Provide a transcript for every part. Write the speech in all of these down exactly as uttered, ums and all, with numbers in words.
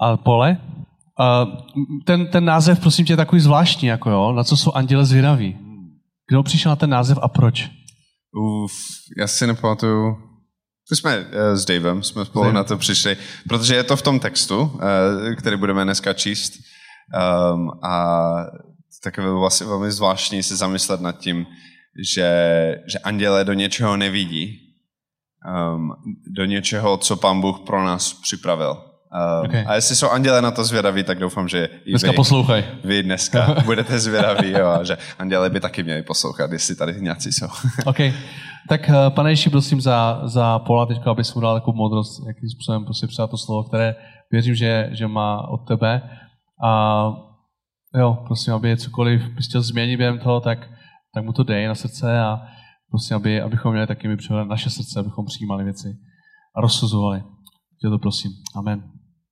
A Pole, uh, ten, ten název, prosím tě, je takový zvláštní, jako jo, na co jsou anděle zvědaví. Kdo přišel na ten název a proč? Uf, já si nepamatuju. My jsme uh, s Davem, jsme spolu Dave. na to přišli, protože je to v tom textu, uh, který budeme dneska číst. Um, a takové vlastně velmi zvláštní se zamyslet nad tím, že, že anděle do něčeho nevidí, um, do něčeho, co Pán Bůh pro nás připravil. Um, okay. A jestli jsou anděle na to zvědaví, tak doufám, že i dneska vy, poslouchaj. vy dneska budete zvědaví, jo, a že anděle by taky měli poslouchat, jestli tady nějací jsou. OK. Tak pane Ježíši, prosím za, za Paula teďka, abys mu dal takovou moudrost, jakým způsobem prostě přijat to slovo, které věřím, že, že má od tebe. A jo, prosím, aby cokoliv bys chtěl změnit během toho, tak, tak mu to dej na srdce a prosím, aby, abychom měli taky my přehled naše srdce, abychom přijímali věci a rozsuzovali. Tě to prosím. Amen.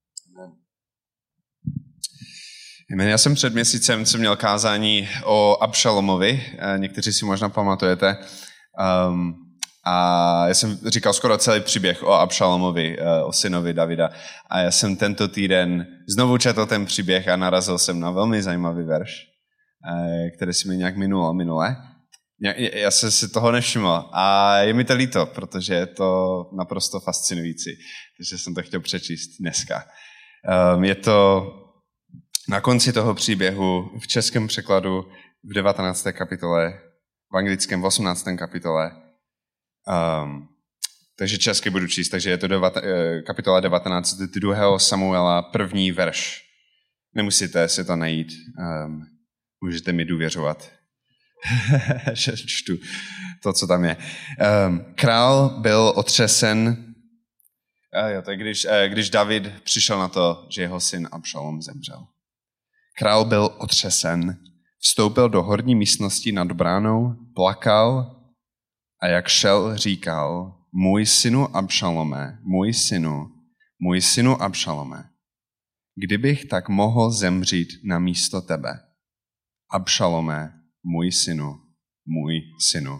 Amen. Já jsem před měsícem jsem měl kázání o Abšalomovi, někteří si možná pamatujete. Um, a já jsem říkal skoro celý příběh o Abšalomovi, o synovi Davida. A já jsem tento týden znovu četl ten příběh a narazil jsem na velmi zajímavý verš, který si mi nějak minulo minule. Já jsem si toho nevšiml a je mi to líto, protože je to naprosto fascinující. Takže jsem to chtěl přečíst dneska. Um, je to na konci toho příběhu v českém překladu v devatenácté kapitole, v anglickém v osmnácté kapitole. Um, takže česky budu číst, takže je to devata, kapitola devatenáct druhého Samuela, první verš. Nemusíte si to najít, um, můžete mi důvěřovat. že čtu to, co tam je. Um, král byl otřesen, a jo, to je když, když David přišel na to, že jeho syn Abšalom zemřel. Král byl otřesen, vstoupil do horní místnosti nad bránou, plakal a jak šel, říkal: můj synu Abšalome, můj synu, můj synu Abšalome, kdybych tak mohl zemřít na místo tebe. Abšalome, můj synu, můj synu.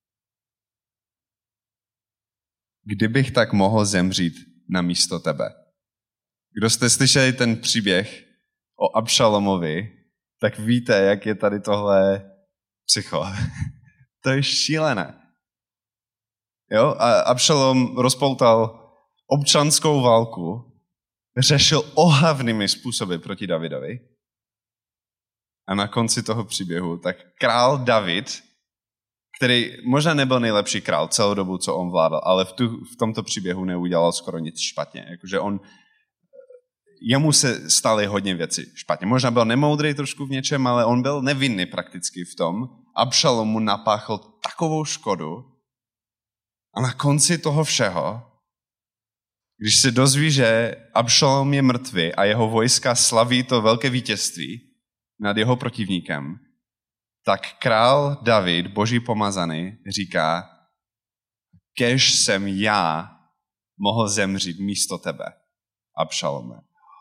Kdybych tak mohl zemřít na místo tebe. Kdo jste slyšeli ten příběh o Abšalomovi, tak víte, jak je tady tohle psycho. To je šílené. Jo? A Abšalom rozpoutal občanskou válku, řešil ohavnými způsoby proti Davidovi. A na konci toho příběhu, tak král David, který možná nebyl nejlepší král celou dobu, co on vládal, ale v, tu, v tomto příběhu neudělal skoro nic špatně. Jakože on, jemu se staly hodně věcí špatně. Možná byl nemoudrý trošku v něčem, ale on byl nevinný prakticky v tom. Abšalom mu napáchl takovou škodu a na konci toho všeho, když se dozví, že Abšalom je mrtvý a jeho vojska slaví to velké vítězství nad jeho protivníkem, tak král David, boží pomazaný, říká: kéž jsem já mohl zemřít místo tebe, Abšalome.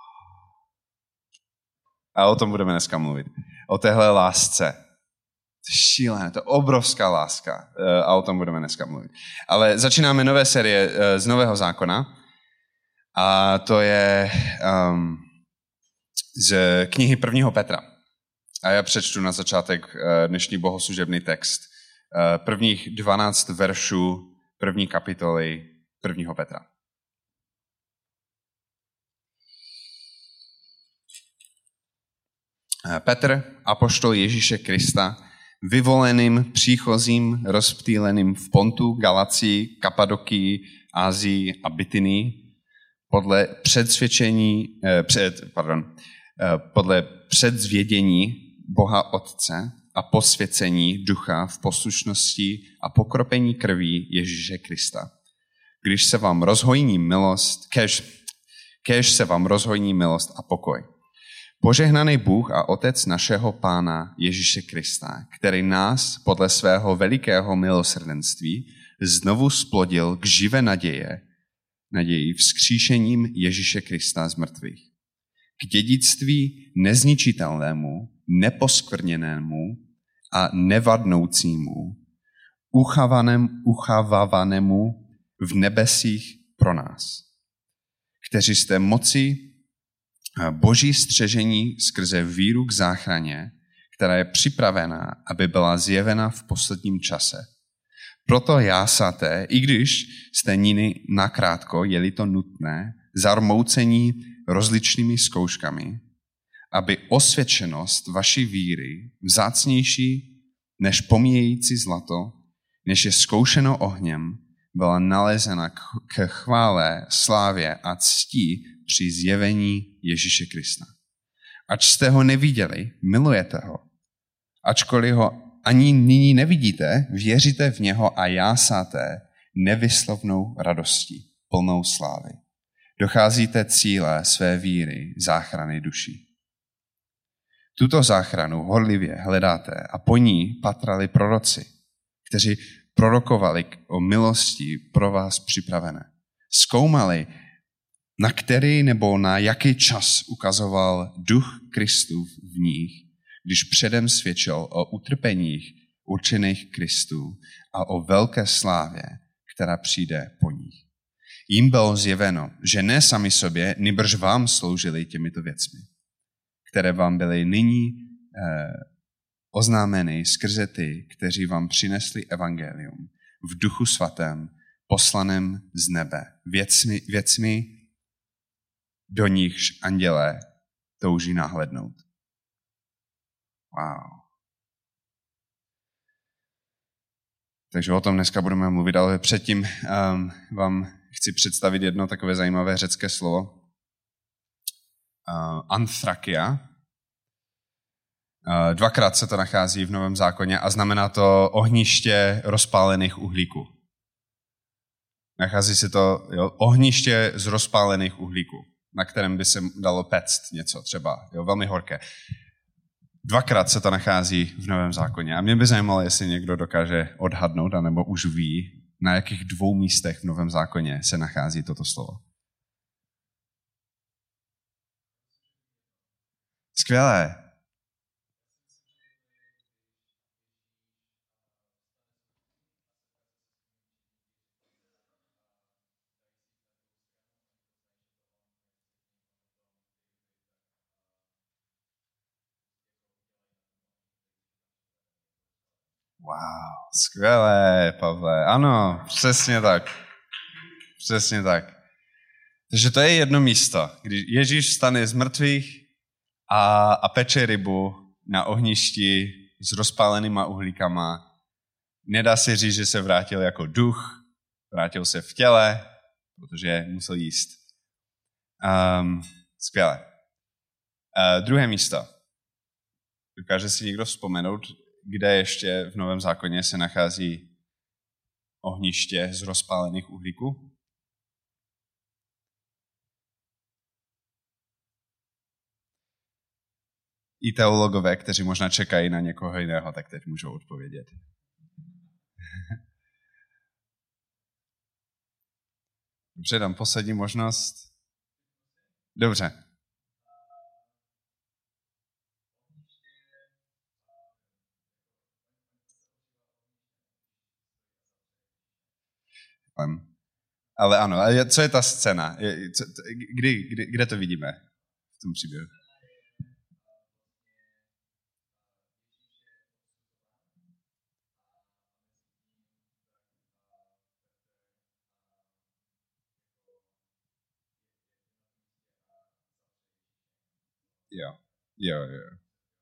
A o tom budeme dneska mluvit. O téhle lásce. To je šílené, to je obrovská láska. A o tom budeme dneska mluvit. Ale začínáme nové série z Nového zákona. A to je um, z knihy prvního Petra. A já přečtu na začátek dnešní bohoslužebný text. Prvních dvanáct veršů první kapitoly prvního Petra. Petr, apoštol Ježíše Krista, vyvoleným, příchozím, rozptýleným v Pontu, Galacii, Kapadokii, Asii a Bitynii, podle předsvědčení, eh, před, pardon, eh, podle předzvědění Boha Otce a posvěcení ducha v poslušnosti a pokropení krví Ježíše Krista. Když se vám rozhojní milost, kéž, kéž se vám rozhojní milost a pokoj. Požehnaný Bůh a Otec našeho Pána Ježíše Krista, který nás podle svého velikého milosrdenství znovu splodil k živé naděje, naději vzkříšením Ježíše Krista z mrtvých. K dědictví nezničitelnému, neposkvrněnému a nevadnoucímu, uchavávanému v nebesích pro nás, kteří jste moci Boží střežení skrze víru k záchraně, která je připravená, aby byla zjevena v posledním čase. Proto jásáte, i když jste nini nakrátko, je-li to nutné, zarmoucení rozličnými zkouškami, aby osvědčenost vaší víry, vzácnější než pomíjející zlato, než je zkoušeno ohněm, byla nalezena k chvále, slávě a cti při zjevení Ježíše Krista. Ač jste ho neviděli, milujete ho. Ačkoliv ho ani nyní nevidíte, věříte v něho a jásáte nevyslovnou radostí, plnou slávy. Docházíte cíle své víry, záchrany duší. Tuto záchranu horlivě hledáte a po ní patrali proroci, kteří prorokovali o milosti pro vás připravené. Zkoumali, na který nebo na jaký čas ukazoval duch Kristův v nich, když předem svědčil o utrpeních určených Kristů a o velké slávě, která přijde po nich. Jím bylo zjeveno, že ne sami sobě, nýbrž vám sloužili těmito věcmi, které vám byly nyní eh, oznámeny skrze ty, kteří vám přinesli evangelium v duchu svatém, poslaném z nebe, věcmi, věcmi do nichž andělé touží nahlédnout. Wow. Takže o tom dneska budeme mluvit, ale předtím um, vám chci představit jedno takové zajímavé řecké slovo. Uh, anthrakia. Uh, dvakrát se to nachází v Novém zákoně a znamená to ohniště rozpálených uhlíků. Nachází se to jo, ohniště z rozpálených uhlíků, na kterém by se dalo péct něco třeba, jo, velmi horké. Dvakrát se to nachází v Novém zákoně. A mě by zajímalo, jestli někdo dokáže odhadnout, anebo už ví, na jakých dvou místech v Novém zákoně se nachází toto slovo. Skvělé. Wow, skvělé, Pavle. Ano, přesně tak. Přesně tak. Takže to je jedno místo, když Ježíš vstane z mrtvých a, a peče rybu na ohništi s rozpálenýma uhlíkama. Nedá se říct, že se vrátil jako duch, vrátil se v těle, protože musel jíst. Um, skvělé. Uh, druhé místo. Dokáže si někdo vzpomenout, kde ještě v Novém zákoně se nachází ohniště z rozpálených uhlíků? I teologové, kteří možná čekají na někoho jiného, tak teď můžou odpovědět. Dobře, dám poslední možnost. Dobře. Ale ano, a co je ta scéna? Kdy, kdy, kde to vidíme v tom příběhu? Jo, jo, jo.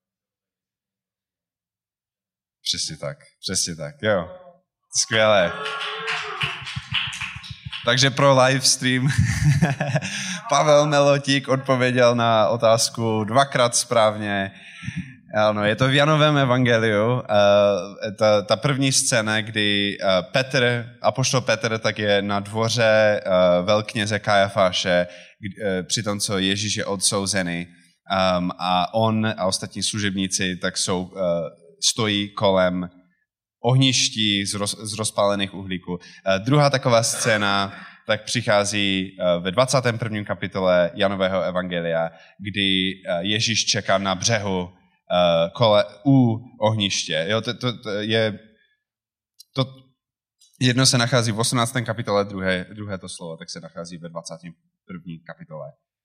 Přesně tak, přesně tak, jo. Skvělé. Takže pro live stream Pavel Melotík odpověděl na otázku dvakrát správně. Ano, je to v Janovém evangeliu. Uh, ta, ta první scéna, kdy uh, Petr, apoštol Petr, tak je na dvoře uh, velkněze Kajafáše, uh, při tom, co Ježíš je odsouzený. Um, a on a ostatní služebníci tak jsou, uh, stojí kolem ohniští z, roz, z rozpálených uhlíků. Uh, druhá taková scéna tak přichází uh, ve dvacáté první kapitole Janového evangelia, kdy uh, Ježíš čeká na břehu uh, kole, u ohniště. Jo, to, to, to je, to, jedno se nachází v osmnácté kapitole, druhé, druhé to slovo, tak se nachází ve dvacáté první kapitole.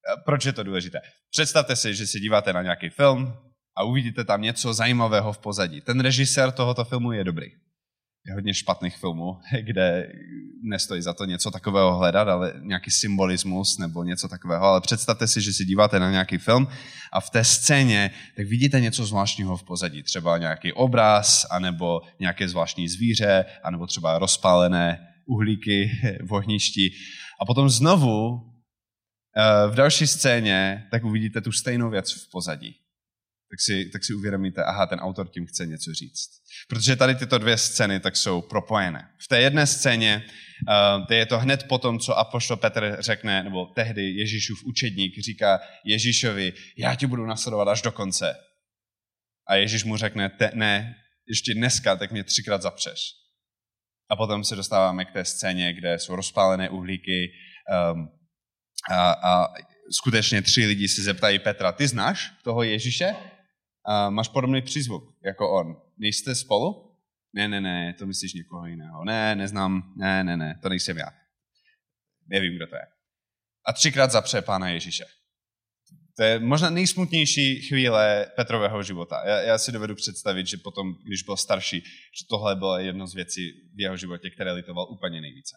Proč je to důležité? Představte si, že se díváte na nějaký film a uvidíte tam něco zajímavého v pozadí. Ten režisér tohoto filmu je dobrý. Je hodně špatných filmů, kde nestojí za to něco takového hledat, ale nějaký symbolismus nebo něco takového. Ale představte si, že si díváte na nějaký film a v té scéně tak vidíte něco zvláštního v pozadí. Třeba nějaký obraz, anebo nějaké zvláštní zvíře, anebo třeba rozpálené uhlíky v ohništi. A potom znovu v další scéně tak uvidíte tu stejnou věc v pozadí. Tak si, tak si uvědomíte, aha, ten autor tím chce něco říct. Protože tady tyto dvě scény tak jsou propojené. V té jedné scéně uh, je to hned potom, co apoštol Petr řekne, nebo tehdy Ježíšův učedník říká Ježíšovi, já tě budu nasledovat až do konce. A Ježíš mu řekne, te, ne, ještě dneska, tak mě třikrát zapřeš. A potom se dostáváme k té scéně, kde jsou rozpálené uhlíky um, a, a skutečně tři lidi se zeptají Petra, ty znáš toho Ježíše? A máš podobný přízvuk jako on. Nejste spolu? Ne, ne, ne, to myslíš někoho jiného. Ne, neznám, ne, ne, ne, to nejsem já. Nevím, kdo to je. A třikrát zapře Pána Ježíše. To je možná nejsmutnější chvíle Petrového života. Já, já si dovedu představit, že potom, když byl starší, že tohle bylo jedno z věcí v jeho životě, které litoval úplně nejvíce.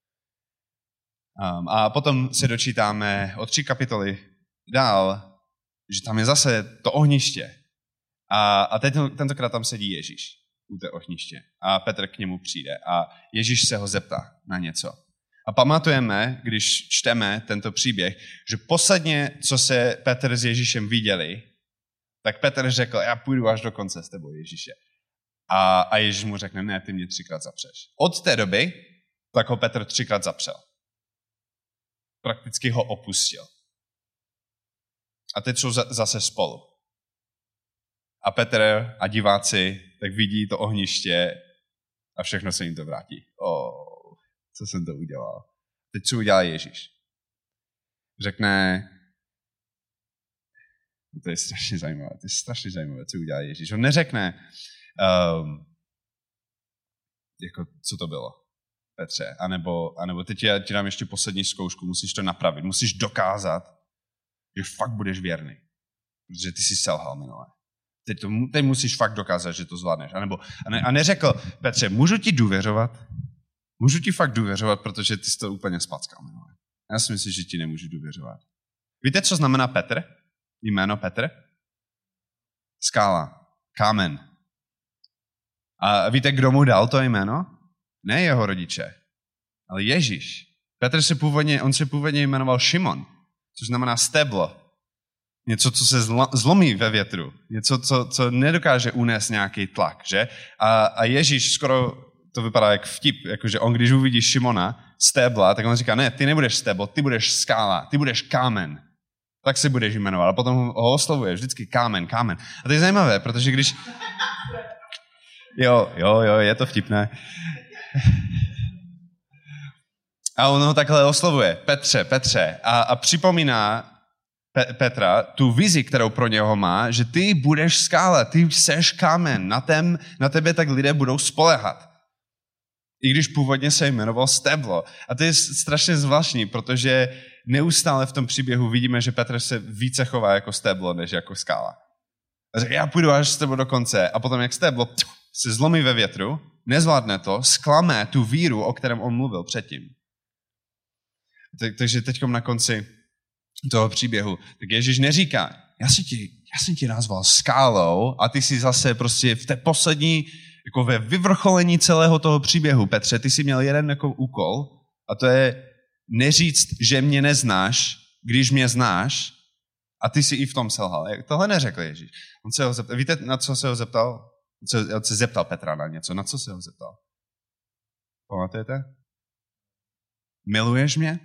Um, a potom se dočítáme o tři kapitoly dál, že tam je zase to ohniště. A, a teď, tentokrát tam sedí Ježíš u té ohniště. A Petr k němu přijde. A Ježíš se ho zeptá na něco. A pamatujeme, když čteme tento příběh, že posledně, co se Petr s Ježíšem viděli, tak Petr řekl, já půjdu až do konce s tebou, Ježíše. A, a Ježíš mu řekne, ne, ty mě třikrát zapřeš. Od té doby tak ho Petr třikrát zapřel. Prakticky ho opustil. A teď jsou zase spolu. A Petr a diváci tak vidí to ohniště a všechno se jim to vrátí. Oh, co jsem to udělal? Teď co udělá Ježíš? Řekne, no to je strašně zajímavé, to je strašně zajímavé, co udělá Ježíš. On neřekne, um, jako, co to bylo, Petře, anebo, anebo teď já ti dám ještě poslední zkoušku, musíš to napravit, musíš dokázat, že fakt budeš věrný, protože ty jsi selhal minule. Teď, to, teď musíš fakt dokázat, že to zvládneš. A, nebo, a, ne, a neřekl, Petře, můžu ti důvěřovat? Můžu ti fakt důvěřovat, protože ty jsi to úplně spackal minule. Já si myslím, že ti nemůžu důvěřovat. Víte, co znamená Petr? Jméno Petr? Skála, kámen. A víte, kdo mu dal to jméno? Ne jeho rodiče, ale Ježíš. Petr se původně, on se původně jmenoval Šimon, což znamená stéblo. Něco, co se zlomí ve větru. Něco, co, co nedokáže unést nějaký tlak, že? A, a Ježíš skoro, to vypadá jak vtip, jakože on, když uvidí Šimona, stébla, tak on říká, ne, ty nebudeš stéblo, ty budeš skála, ty budeš kámen. Tak se budeš jmenovat. A potom ho oslovuje vždycky kámen, kámen. A to je zajímavé, protože když... Jo, jo, jo, je to vtipné. A on ho takhle oslovuje, Petře, Petře. A, a připomíná Pe- Petra tu vizi, kterou pro něho má, že ty budeš skála, ty seš kámen, na, tém, na tebe tak lidé budou spoléhat. I když původně se jmenoval stéblo. A to je strašně zvláštní, protože neustále v tom příběhu vidíme, že Petr se více chová jako stéblo, než jako skála. A řekl, já půjdu až s tebou do konce. A potom jak stéblo se zlomí ve větru, nezvládne to, zklame tu víru, o kterém on mluvil předtím. Tak, takže teďkom na konci toho příběhu, tak Ježíš neříká, já jsem ti, já jsem ti nazval skálou a ty jsi zase prostě v té poslední, jako ve vyvrcholení celého toho příběhu, Petře, ty jsi měl jeden jako úkol a to je neříct, že mě neznáš, když mě znáš a ty jsi i v tom selhal. Tohle neřekl Ježíš. On se ho zeptal, víte, na co se ho zeptal? On se zeptal Petra na něco. Na co se ho zeptal? Pamatujete? Miluješ mě?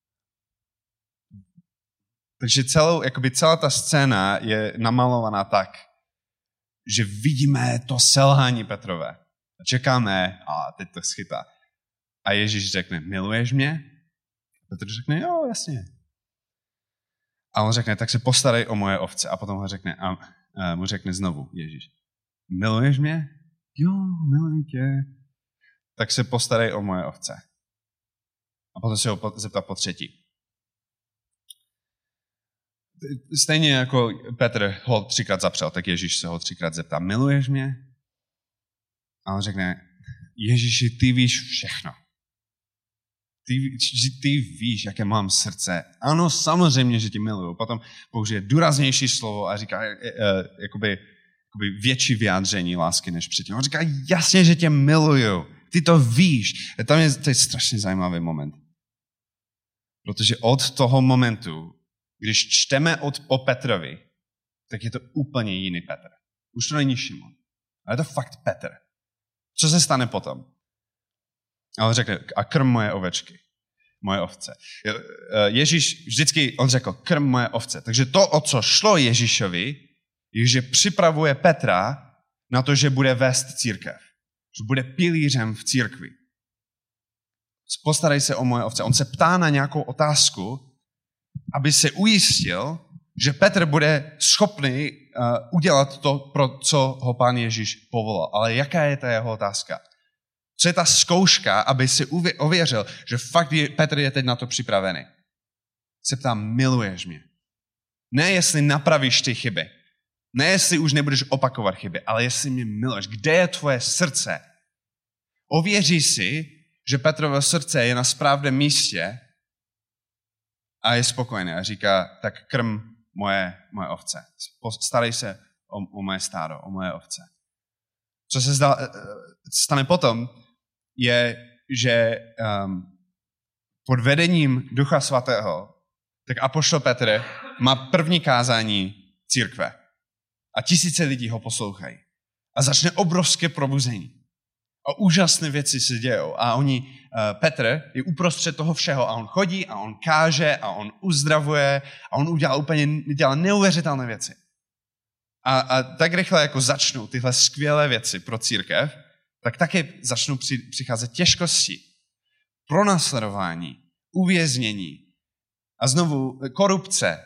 Takže celou, jakoby celá ta scéna je namalovaná tak, že vidíme to selhání Petrové. A čekáme, a teď to schytá. A Ježíš řekne, miluješ mě? A Petr řekne, jo, jasně. A on řekne, tak se postarej o moje ovce. A potom ho řekne, a, a mu řekne znovu Ježíš, miluješ mě? Jo, miluji tě. Tak se postarej o moje ovce. A potom se ho zeptá po třetí. stejně jako Petr ho třikrát zapřel, tak Ježíš se ho třikrát zeptá, miluješ mě? A on řekne, Ježíši, ty víš všechno. Ty, ty víš, jaké mám srdce. Ano, samozřejmě, že tě miluju. Potom použije důraznější slovo a říká e, e, jakoby, jakoby větší vyjádření lásky než předtím. On říká, jasně, že tě miluju. Ty to víš. A tam je, to je strašně zajímavý moment. Protože od toho momentu, když čteme od, o Petrovi, tak je to úplně jiný Petr. Už to není Šimon. Ale je to fakt Petr. Co se stane potom? A on řekne, a krm moje ovečky, moje ovce. Ježíš vždycky, on řekl, krm moje ovce. Takže to, o co šlo Ježíšovi, je, že připravuje Petra na to, že bude vést církev. Že bude pilířem v církvi. Postarej se o moje ovce. On se ptá na nějakou otázku, aby se ujistil, že Petr bude schopný uh, udělat to, pro co ho pán Ježíš povolal. Ale jaká je ta jeho otázka? Co je ta zkouška, aby si ověřil, že fakt je, Petr je teď na to připravený? Se ptám, miluješ mě? Ne, jestli napravíš ty chyby. Ne, jestli už nebudeš opakovat chyby, ale jestli mě miluješ. Kde je tvoje srdce? Ověří si, že Petrovo srdce je na správném místě a je spokojený a říká, tak krm moje, moje ovce. Starej se o, o moje stádo, o moje ovce. Co se zda, stane potom, je, že um, pod vedením Ducha Svatého, tak apoštol Petr má první kázání církve. A tisíce lidí ho poslouchají. A začne obrovské probuzení. A úžasné věci se dějou. A oni, uh, Petr je uprostřed toho všeho a on chodí a on káže a on uzdravuje a on udělá úplně dělá neuvěřitelné věci. A, a tak rychle jako začnou tyhle skvělé věci pro církev, tak také začnou při, přicházet těžkosti, pronásledování, uvěznění a znovu korupce,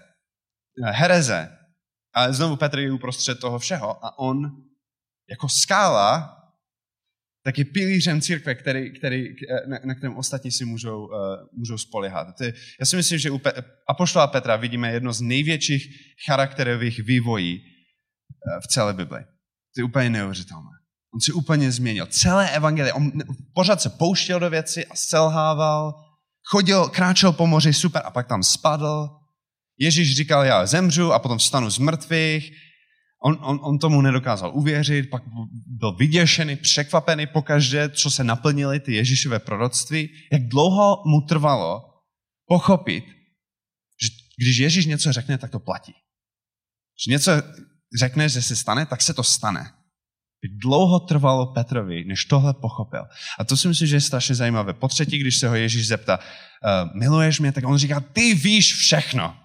hereze. A znovu Petr je uprostřed toho všeho a on jako skála tak je pilířem církve, který, který, na, na kterém ostatní si můžou, uh, můžou spoléhat. Já si myslím, že u Pe- apoštola Petra vidíme jedno z největších charakterových vývojí uh, v celé Bibli. To je úplně neuvěřitelné. On se úplně změnil. Celé evangelium, on pořád se pouštěl do věci a selhával, chodil, kráčel po moři, super, a pak tam spadl. Ježíš říkal, já zemřu a potom vstanu z mrtvých. On, on, on tomu nedokázal uvěřit, pak byl vyděšený, překvapený pokaždé, co se naplnily ty Ježíšové proroctví. Jak dlouho mu trvalo pochopit, že když Ježíš něco řekne, tak to platí. Když něco řekne, že se stane, tak se to stane. Jak dlouho trvalo Petrovi, než tohle pochopil. A to si myslím, že je strašně zajímavé. Po třetí, když se ho Ježíš zeptá, uh, miluješ mě, tak on říká, ty víš všechno.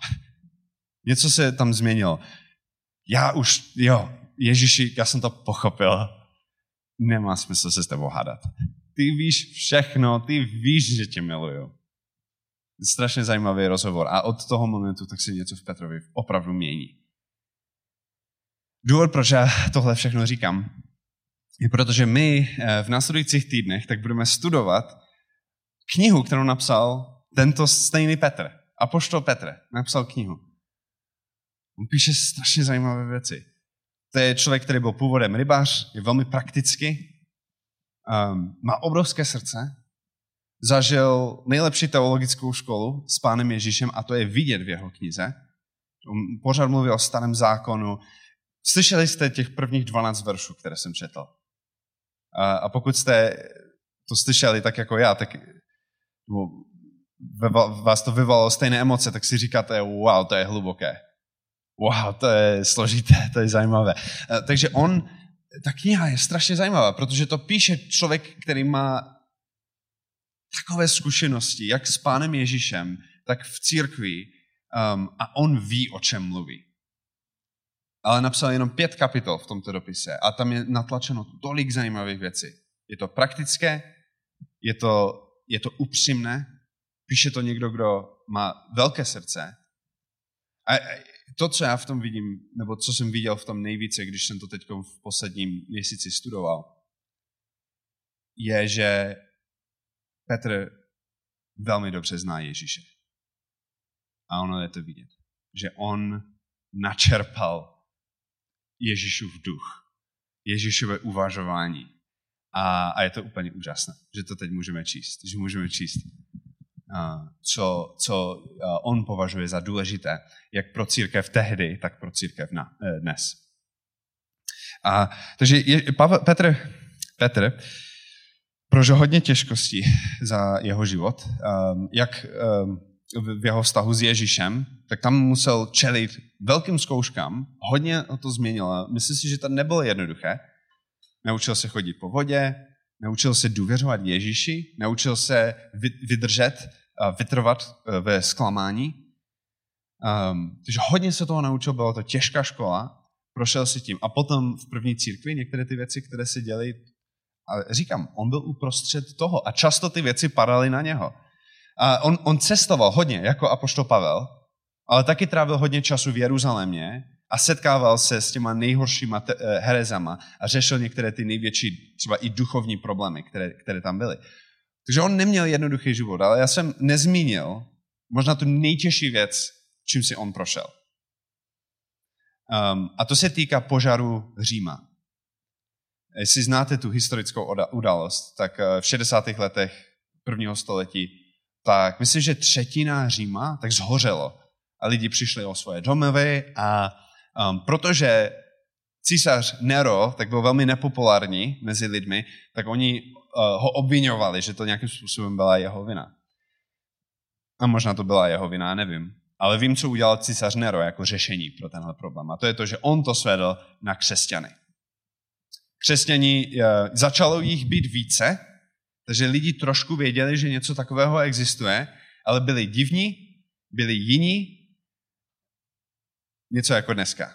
Něco se tam změnilo. Já už, jo, Ježíši, já jsem to pochopil. Nemá smysl se s tebou hádat. Ty víš všechno, ty víš, že tě miluju. Strašně zajímavý rozhovor. A od toho momentu tak se něco v Petrovi opravdu mění. Důvod, proč já tohle všechno říkám, je protože my v následujících týdnech tak budeme studovat knihu, kterou napsal tento stejný Petr. Apoštol Petr napsal knihu. On píše strašně zajímavé věci. To je člověk, který byl původem rybář, je velmi praktický, um, má obrovské srdce, zažil nejlepší teologickou školu s pánem Ježíšem a to je vidět v jeho knize. On pořád mluví o starém zákonu. Slyšeli jste těch prvních dvanáct veršů, které jsem četl. A, a pokud jste to slyšeli tak jako já, tak vás to vyvolalo stejné emoce, tak si říkáte, wow, to je hluboké. Wow, to je složité, to je zajímavé. Takže on, ta kniha je strašně zajímavá, protože to píše člověk, který má takové zkušenosti, jak s pánem Ježíšem, tak v církvi um, a on ví, o čem mluví. Ale napsal jenom pět kapitol v tomto dopise a tam je natlačeno tolik zajímavých věcí. Je to praktické, je to, je to upřímné, píše to někdo, kdo má velké srdce. A to, co já v tom vidím, nebo co jsem viděl v tom nejvíce, když jsem to teď v posledním měsíci studoval, je, že Petr velmi dobře zná Ježíše. A ono je to vidět. že on načerpal Ježíšův duch, Ježíšové uvažování. A, a je to úplně úžasné, že to teď můžeme číst, že můžeme číst, uh, co, co uh, on považuje za důležité, jak pro církev tehdy, tak pro církev na, uh, dnes. A, takže je, Pavel, Petr, Petr prožil hodně těžkostí za jeho život, um, jak um, v jeho vztahu s Ježíšem, tak tam musel čelit velkým zkouškám, hodně to změnilo. Myslím si, že to nebylo jednoduché. Naučil se chodit po vodě, naučil se důvěřovat Ježíši, naučil se vydržet, vytrvat ve zklamání. Um, takže hodně se toho naučil, byla to těžká škola, prošel si tím. A potom v první církvi některé ty věci, které se děly, a říkám, on byl uprostřed toho a často ty věci padaly na něho. A on, on cestoval hodně, jako apoštol Pavel, ale taky trávil hodně času v Jeruzalémě a setkával se s těma nejhoršíma te- herezama a řešil některé ty největší, třeba i duchovní problémy, které, které tam byly. Takže on neměl jednoduchý život, ale já jsem nezmínil možná tu nejtěžší věc, čím si on prošel. Um, a to se týká požáru Říma. Jestli znáte tu historickou událost, tak v šedesátých letech prvního století, tak myslím, že třetina Říma tak zhořelo. A lidi přišli o svoje domovy a um, protože císař Nero tak byl velmi nepopulární mezi lidmi, tak oni uh, ho obviňovali, že to nějakým způsobem byla jeho vina. A možná to byla jeho vina, nevím. Ale vím, co udělal císař Nero jako řešení pro tenhle problém. A to je to, že on to svedl na křesťany. Křesťani, uh, začalo jich být více, takže lidi trošku věděli, že něco takového existuje, ale byli divní, byli jiní, něco jako dneska.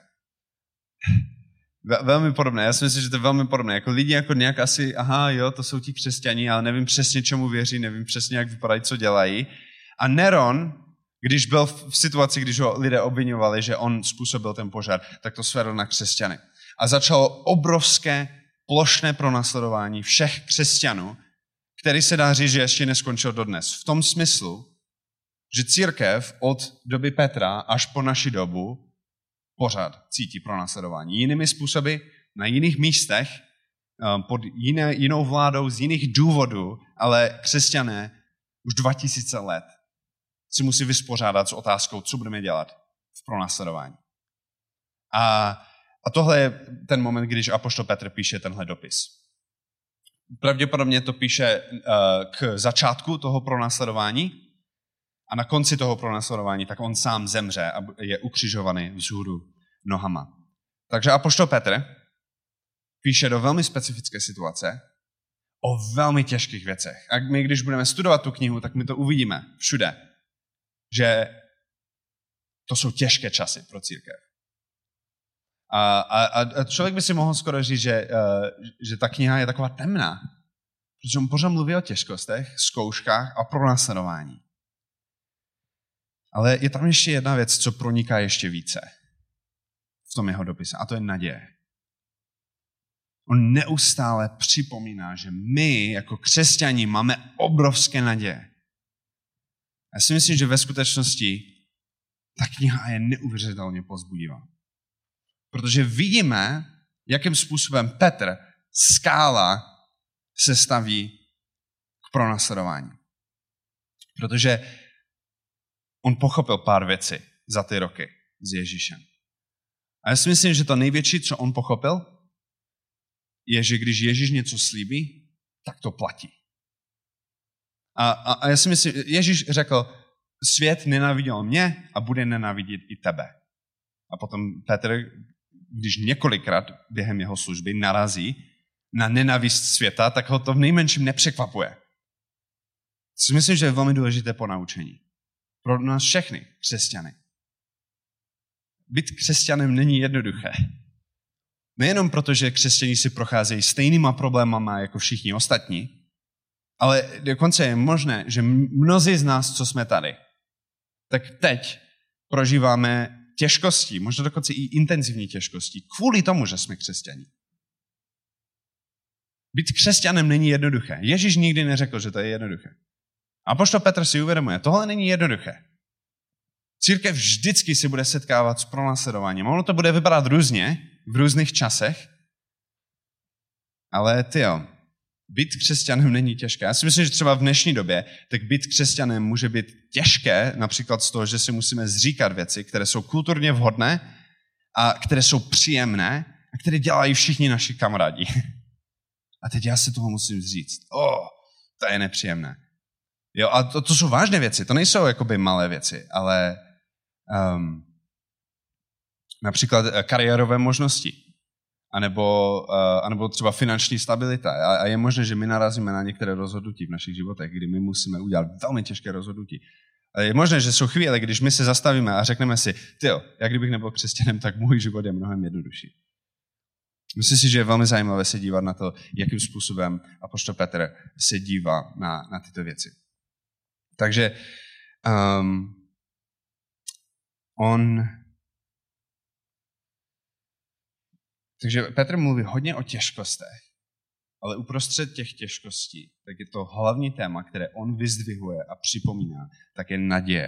Velmi podobné, já si myslím, že to je velmi podobné. Jako lidi jako nějak asi, aha jo, to jsou ti křesťani, ale nevím přesně, čemu věří, nevím přesně, jak vypadají, co dělají. A Neron, když byl v situaci, když ho lidé obviňovali, že on způsobil ten požár, tak to svedl na křesťany. A začalo obrovské plošné pronásledování všech křesťanů, který se dá říct, že ještě neskončil dodnes. V tom smyslu, že církev od doby Petra až po naši dobu pořád cítí pronásledování. Jinými způsoby, na jiných místech, pod jiné, jinou vládou, z jiných důvodů, ale křesťané už dva tisíce let si musí vyspořádat s otázkou, co budeme dělat v pronásledování. A, a tohle je ten moment, když apoštol Petr píše tenhle dopis. Pravděpodobně to píše uh, k začátku toho pronásledování a na konci toho pronásledování tak on sám zemře a je ukřižovaný vzhůru nohama. Takže apoštol Petr píše do velmi specifické situace o velmi těžkých věcech. A my, když budeme studovat tu knihu, tak my to uvidíme všude, že to jsou těžké časy pro církev. A, a, a člověk by si mohl skoro říct, že, uh, že ta kniha je taková temná, protože on pořád mluví o těžkostech, zkouškách a pronásledování. Ale je tam ještě jedna věc, co proniká ještě více v tom jeho dopise, a to je naděje. On neustále připomíná, že my jako křesťani máme obrovské naděje. Já si myslím, že ve skutečnosti ta kniha je neuvěřitelně povzbudivá. Protože vidíme, jakým způsobem Petr, skála, se staví k pronásledování. Protože on pochopil pár věcí za ty roky s Ježíšem. A já si myslím, že to největší, co on pochopil, je, že když Ježíš něco slíbí, tak to platí. A, a, a já si myslím, Ježíš řekl, svět nenáviděl mě a bude nenávidět i tebe. A potom Petr, když několikrát během jeho služby narazí na nenávist světa, tak ho to v nejmenším nepřekvapuje. Si myslím, že je velmi důležité ponaučení. Pro nás všechny křesťany. Být křesťanem není jednoduché. Nejenom proto, že křesťané si procházejí stejnýma problémama jako všichni ostatní, ale dokonce je možné, že mnozí z nás, co jsme tady, tak teď prožíváme těžkosti, možná dokonce i intenzivní těžkosti, kvůli tomu, že jsme křesťaní. Být křesťanem není jednoduché. Ježíš nikdy neřekl, že to je jednoduché. A apoštol Petr si uvědomuje, tohle není jednoduché. Církev vždycky se bude setkávat s pronásledováním. Ono to bude vypadat různě, v různých časech, ale tyjo, být křesťanem není těžké. Já si myslím, že třeba v dnešní době, tak být křesťanem může být těžké, například z toho, že si musíme zříkat věci, které jsou kulturně vhodné a které jsou příjemné a které dělají všichni naši kamarádi. A teď já se toho musím říct. O, oh, to je nepříjemné. Jo, a to, to jsou vážné věci, to nejsou jakoby malé věci, ale um, například kariérové možnosti, anebo, uh, anebo třeba finanční stabilita. A, a je možné, že my narazíme na některé rozhodnutí v našich životech, kdy my musíme udělat velmi těžké rozhodnutí. A je možné, že jsou chvíle, když my se zastavíme a řekneme si, tyjo, jak kdybych nebyl křesťanem, tak můj život je mnohem jednodušší. Myslím si, že je velmi zajímavé se dívat na to, jakým způsobem apoštol Petr se dívá na, na tyto věci. Takže um, on... Takže Petr mluví hodně o těžkostech, ale uprostřed těch těžkostí, tak je to hlavní téma, které on vyzdvihuje a připomíná, tak je naděje.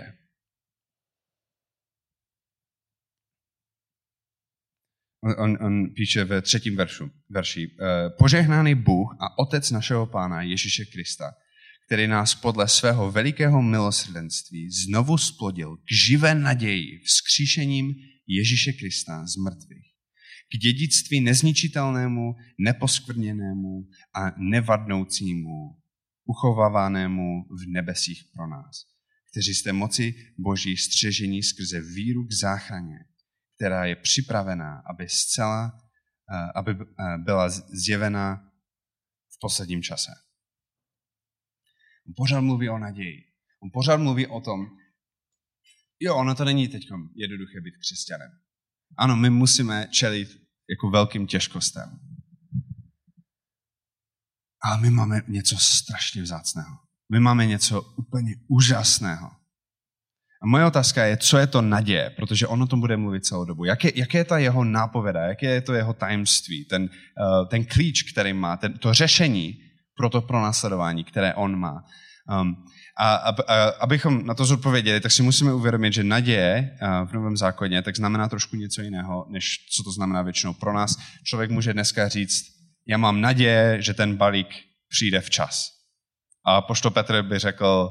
On, on, on píše ve třetím veršu, verši, požehnaný Bůh a Otec našeho Pána Ježíše Krista, který nás podle svého velikého milosrdenství znovu splodil k živé naději vzkříšením Ježíše Krista z mrtvých, k dědictví nezničitelnému, neposkvrněnému a nevadnoucímu, uchovávanému v nebesích pro nás, kteří jste moci Boží střežení skrze víru k záchraně, která je připravená, aby zcela, aby byla zjevena v posledním čase. On pořád mluví o naději. On pořád mluví o tom, jo, ono to není teď jednoduché být křesťanem. Ano, my musíme čelit jako velkým těžkostem. Ale my máme něco strašně vzácného. My máme něco úplně úžasného. A moje otázka je, co je to naděje, protože on o tom bude mluvit celou dobu. Jaké, jaké je ta jeho nápověda, jaké je to jeho tajemství, ten, uh, ten klíč, který má, ten, to řešení pro to pronásledování, které on má. Um, a, a, a abychom na to zodpověděli, tak si musíme uvědomit, že naděje uh, v Novém zákoně tak znamená trošku něco jiného, než co to znamená většinou pro nás. Člověk může dneska říct, já mám naděje, že ten balík přijde včas. A apoštol Petr by řekl,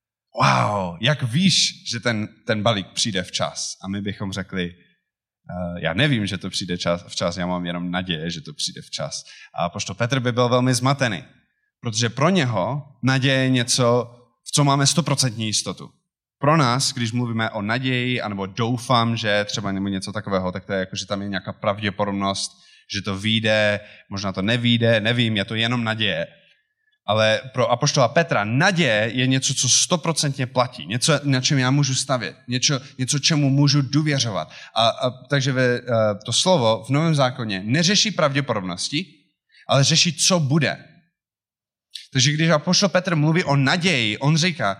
wow, jak víš, že ten, ten balík přijde včas? A my bychom řekli, uh, já nevím, že to přijde čas, včas, já mám jenom naděje, že to přijde včas. A apoštol Petr by byl velmi zmatený, protože pro něho naděje je něco, v co máme stoprocentní jistotu. Pro nás, když mluvíme o naději, anebo doufám, že třeba nebo něco takového, tak to je jako, že tam je nějaká pravděpodobnost, že to vyjde, možná to nevyjde, nevím, je to jenom naděje. Ale pro apoštola Petra naděje je něco, co stoprocentně platí. Něco, na čem já můžu stavět. Něco, něco čemu můžu důvěřovat. A, a, takže ve, a, to slovo v Novém zákoně neřeší pravděpodobnosti, ale řeší, co bude. Takže když apoštol Petr mluví o naději, on říká,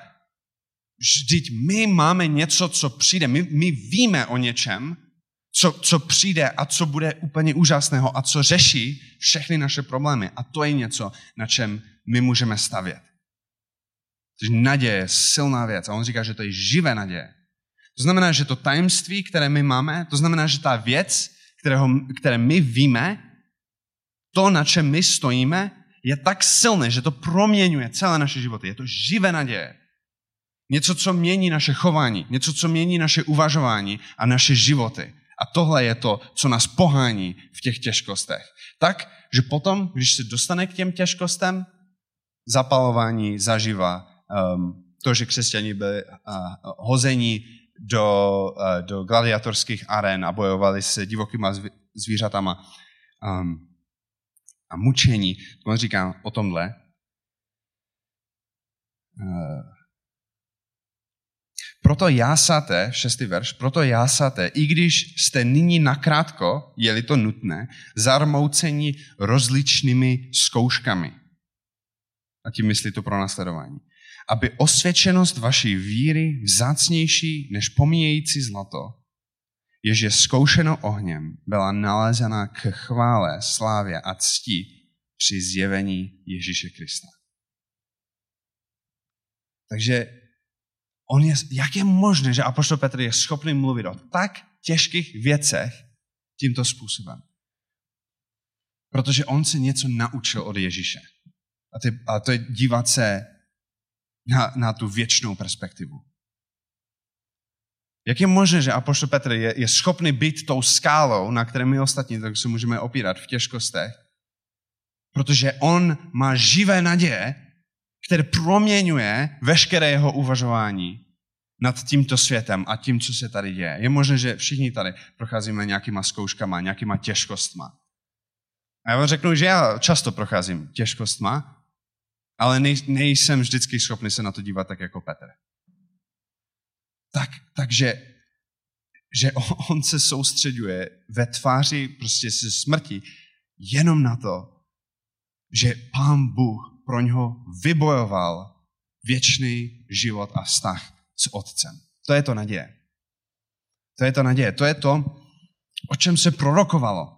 vždyť my máme něco, co přijde. My, my víme o něčem, co, co přijde a co bude úplně úžasného a co řeší všechny naše problémy. A to je něco, na čem my můžeme stavět. Takže naděje je silná věc. A on říká, že to je živé naděje. To znamená, že to tajemství, které my máme, to znamená, že ta věc, kterého, které my víme, to, na čem my stojíme, je tak silné, že to proměňuje celé naše životy. Je to živé naděje. Něco, co mění naše chování, něco, co mění naše uvažování a naše životy. A tohle je to, co nás pohání v těch těžkostech. Tak, že potom, když se dostane k těm těžkostem, zapalování zažívá um, to, že křesťani byli uh, hození do, uh, do gladiatorských arén a bojovali s divokýma zvířatama um, a mučení. On říká o tomhle. Uh, Proto jásáte, šestý verš, proto jásáte, i když jste nyní nakrátko, je-li to nutné, zarmouceni rozličnými zkouškami. A tím myslí to pronásledování. Aby osvědčenost vaší víry vzácnější než pomíjející zlato, jež je zkoušeno ohněm, byla nalezena k chvále, slávě a cti při zjevení Ježíše Krista. Takže on je, jak je možné, že apoštol Petr je schopný mluvit o tak těžkých věcech tímto způsobem? Protože on se něco naučil od Ježíše. A to je, a to je dívat se na, na tu věčnou perspektivu. Jak je možné, že apoštol Petr je, je schopný být tou skálou, na které my ostatní tak se můžeme opírat v těžkostech? Protože on má živé naděje, které proměňuje veškeré jeho uvažování nad tímto světem a tím, co se tady děje. Je možné, že všichni tady procházíme nějakýma zkouškama, nějakýma těžkostma. A já vám řeknu, že já často procházím těžkostma, ale nej, nejsem vždycky schopný se na to dívat tak jako Petr. Tak, takže že on se soustředuje ve tváři prostě se smrti jenom na to, že Pán Bůh pro něho vybojoval věčný život a vztah s Otcem. To je to naděje. To je to naděje. To je to, o čem se prorokovalo.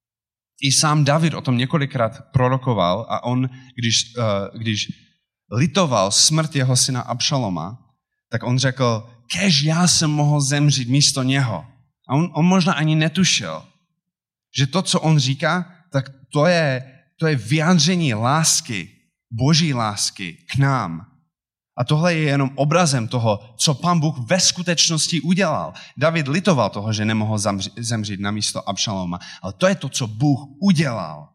I sám David o tom několikrát prorokoval a on, když, uh, když litoval smrt jeho syna Abšaloma, tak on řekl, kež já jsem mohl zemřít místo něho. A on, on možná ani netušil, že to, co on říká, tak to je, to je vyjádření lásky, boží lásky k nám. A tohle je jenom obrazem toho, co Pán Bůh ve skutečnosti udělal. David litoval toho, že nemohl zemřít na místo Abšaloma, ale to je to, co Bůh udělal.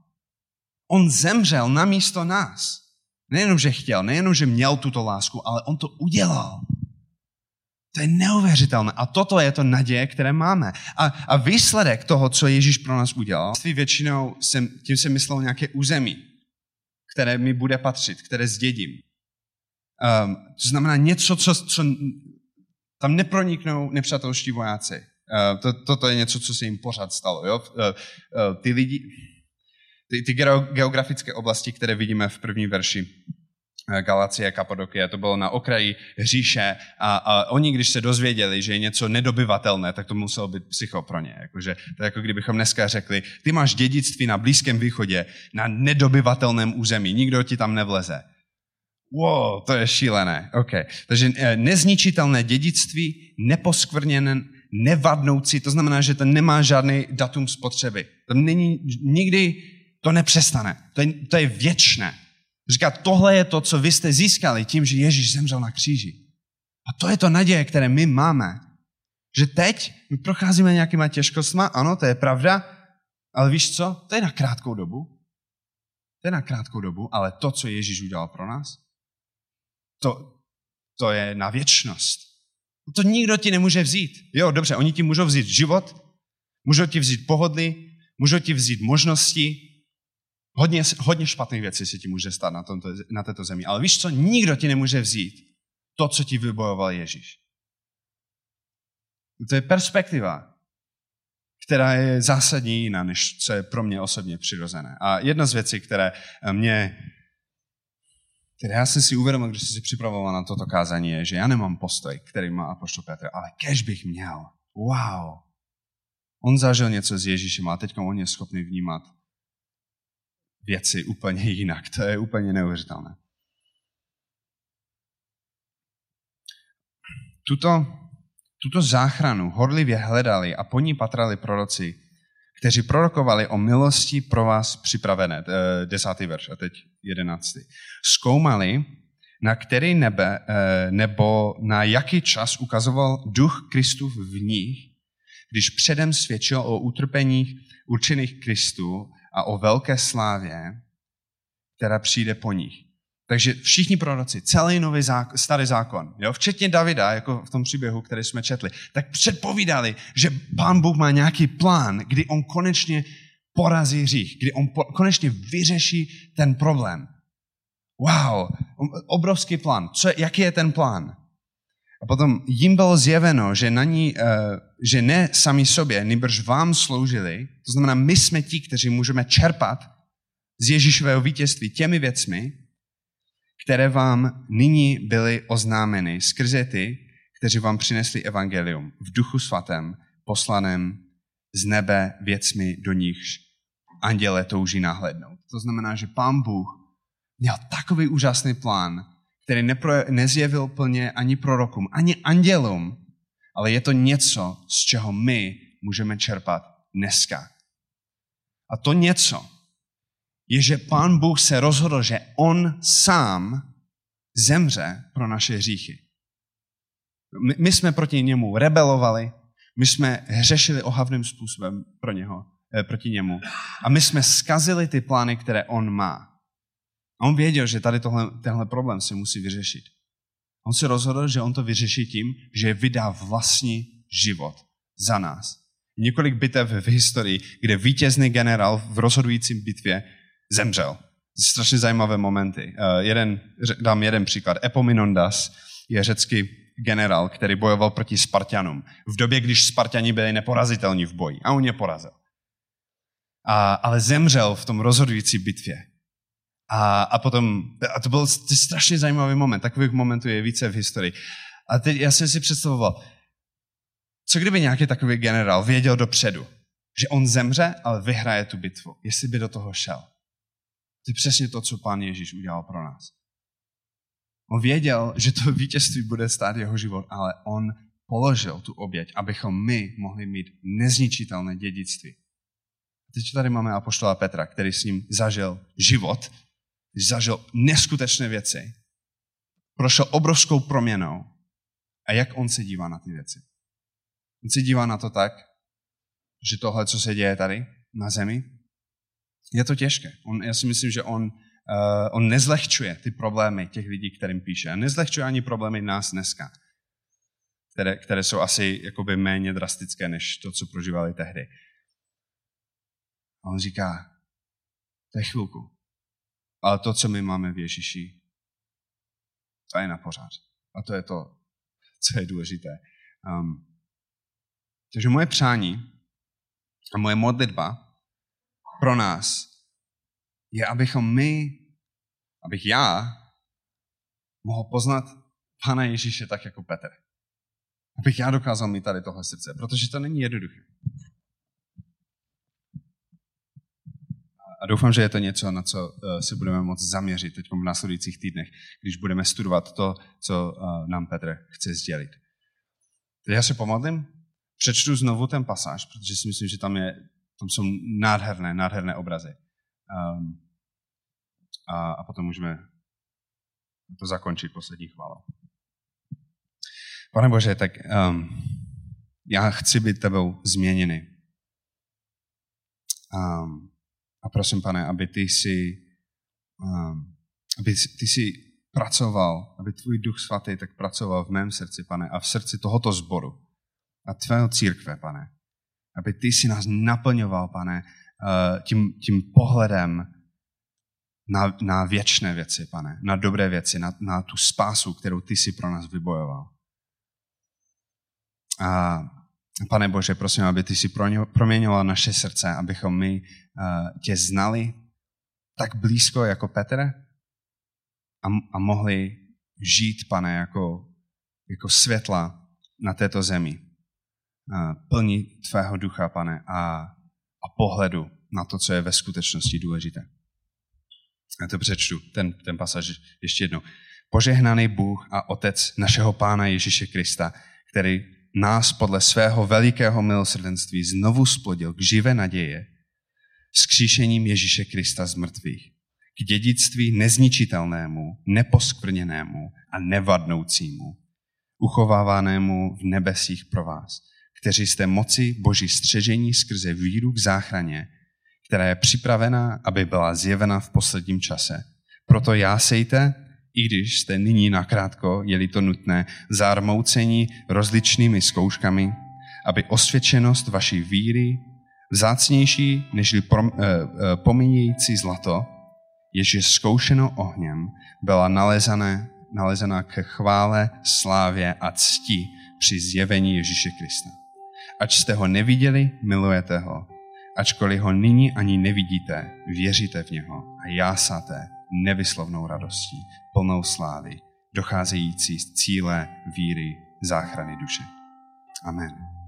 On zemřel na místo nás. Nejenom, že chtěl, nejenom, že měl tuto lásku, ale on to udělal. To je neuvěřitelné. A toto je to naděje, které máme. A, a výsledek toho, co Ježíš pro nás udělal, většinou jsem, tím se myslel nějaké území, které mi bude patřit, které zdědím. Um, to znamená něco, co, co tam neproniknou nepřátelští vojáci. Uh, to, toto je něco, co se jim pořád stalo. Jo? Uh, uh, ty lidi, ty, ty geografické oblasti, které vidíme v první verši, Galacie, Kapadokie, to bylo na okraji říše a, a oni, když se dozvěděli, že je něco nedobyvatelné, tak to muselo být psycho pro ně. Jakože, to je jako kdybychom dneska řekli, ty máš dědictví na Blízkém východě, na nedobyvatelném území, nikdo ti tam nevleze. Wow, to je šílené. Okay. Takže nezničitelné dědictví, neposkvrněné, nevadnoucí, to znamená, že to nemá žádný datum spotřeby. To není, nikdy to nepřestane. To je, to je věčné. Říká, tohle je to, co vy jste získali tím, že Ježíš zemřel na kříži. A to je to naděje, které my máme. Že teď my procházíme nějakýma těžkostma, ano, to je pravda, ale víš co? To je na krátkou dobu. To je na krátkou dobu, ale to, co Ježíš udělal pro nás, to, to je na věčnost. To nikdo ti nemůže vzít. Jo, dobře, oni ti můžou vzít život, můžou ti vzít pohodlí, můžou ti vzít možnosti. Hodně, hodně špatných věcí se ti může stát na, tomto, na této zemi. Ale víš co? Nikdo ti nemůže vzít to, co ti vybojoval Ježíš. To je perspektiva, která je zásadně jiná, než co je pro mě osobně přirozené. A jedna z věcí, které mě, které já jsem si uvědomil, když jsem si připravoval na toto kázání, je, že já nemám postoj, který má apoštol Petr, ale kéž bych měl. Wow. On zažil něco s Ježíšem a teď on je schopný vnímat věci úplně jinak. To je úplně neuvěřitelné. Tuto, tuto záchranu horlivě hledali a po ní patrali proroci, kteří prorokovali o milosti pro vás připravené. Desátý verš a teď jedenáctý. Zkoumali, na který nebe nebo na jaký čas ukazoval duch Kristův v nich, když předem svědčil o utrpeních určených Kristu a o velké slávě, která přijde po nich. Takže všichni proroci, celý nový zákon, starý zákon, jo, včetně Davida, jako v tom příběhu, který jsme četli, tak předpovídali, že Pán Bůh má nějaký plán, kdy on konečně porazí hřích, kdy on po, konečně vyřeší ten problém. Wow, obrovský plán. Co, jaký je ten plán? A potom jim bylo zjeveno, že, na ní, uh, že ne sami sobě, nýbrž vám sloužili, to znamená, my jsme ti, kteří můžeme čerpat z Ježíšového vítězství těmi věcmi, které vám nyní byly oznámeny skrze ty, kteří vám přinesli evangelium v duchu svatém, poslaném z nebe věcmi, do nichž anděle touží nahlédnout. To znamená, že Pán Bůh měl takový úžasný plán, který nepro, nezjevil plně ani prorokům, ani andělům, ale je to něco, z čeho my můžeme čerpat dneska. A to něco je, že Pán Bůh se rozhodl, že on sám zemře pro naše hříchy. My, my jsme proti němu rebelovali, my jsme hřešili ohavným způsobem pro něho, eh, proti němu a my jsme zkazili ty plány, které on má. A on věděl, že tady tohle, tenhle problém se musí vyřešit. On se rozhodl, že on to vyřeší tím, že vydá vlastní život za nás. Několik bitev v historii, kde vítězný generál v rozhodujícím bitvě zemřel. Strašně zajímavé momenty. Uh, jeden, dám jeden příklad. Epaminondas je řecký generál, který bojoval proti Spartanům. V době, když Spartani byli neporazitelní v boji. A on je porazil. A, ale zemřel v tom rozhodující bitvě. A, a potom, a to byl strašně zajímavý moment. Takových momentů je více v historii. A teď já jsem si představoval, co kdyby nějaký takový generál věděl dopředu, že on zemře, ale vyhraje tu bitvu. Jestli by do toho šel. To je přesně to, co Pán Ježíš udělal pro nás. On věděl, že to vítězství bude stát jeho život, ale on položil tu oběť, abychom my mohli mít nezničitelné dědictví. A teď tady máme apoštola Petra, který s ním zažil život, zažil neskutečné věci, prošel obrovskou proměnou. A jak on se dívá na ty věci? On se dívá na to tak, že tohle, co se děje tady na zemi, je to těžké. On, já si myslím, že on, uh, on nezlehčuje ty problémy těch lidí, kterým píše. A nezlehčuje ani problémy nás dneska, které, které jsou asi jakoby méně drastické, než to, co prožívali tehdy. A on říká, to je chvilku. Ale to, co my máme v Ježíši, to je na pořád. A to je to, co je důležité. Um, takže moje přání a moje modlitba pro nás je, abychom my, abych já mohl poznat Pána Ježíše tak jako Petr. Abych já dokázal mít tady tohle srdce, protože to není jednoduché. A doufám, že je to něco, na co se budeme moct zaměřit teď v následujících týdnech, když budeme studovat to, co nám Petr chce sdělit. Teď já se pomodlím, přečtu znovu ten pasáž, protože si myslím, že tam, je, tam jsou nádherné, nádherné obrazy. Um, a, a potom můžeme to zakončit poslední chválou. Pane Bože, tak um, já chci být tebou změněný. Um, a prosím, Pane, aby ty jsi, um, aby ty jsi pracoval, aby tvůj Duch Svatý tak pracoval v mém srdci, Pane, a v srdci tohoto sboru a tvého církve, Pane. Aby ty jsi nás naplňoval, Pane, tím, tím pohledem na, na věčné věci, Pane, na dobré věci, na, na tu spásu, kterou ty jsi pro nás vybojoval. A Pane Bože, prosím, aby ty jsi proměňoval naše srdce, abychom my tě znali tak blízko jako Petr a, a mohli žít, Pane, jako, jako světla na této zemi. Plní tvého ducha, Pane, a, a pohledu na to, co je ve skutečnosti důležité. Já to přečtu, ten, ten pasáž ještě jednou. Požehnaný Bůh a Otec našeho Pána Ježíše Krista, který nás podle svého velikého milosrdenství znovu splodil k živé naděje vzkříšením Ježíše Krista z mrtvých, k dědictví nezničitelnému, neposkvrněnému a nevadnoucímu, uchovávanému v nebesích pro vás, kteří jste moci Boží střežení skrze víru k záchraně, která je připravená, aby byla zjevena v posledním čase. Proto jásejte, i když jste nyní nakrátko, je-li to nutné, zármoucení rozličnými zkouškami, aby osvědčenost vaší víry, vzácnější než pomíjející zlato, jež je zkoušeno ohněm, byla nalezané, nalezená k chvále, slávě a cti při zjevení Ježíše Krista. Ač jste ho neviděli, milujete ho. Ačkoliv ho nyní ani nevidíte, věříte v něho a jásáte nevyslovnou radostí, plnou slávy, docházející z cíle víry záchrany duše. Amen.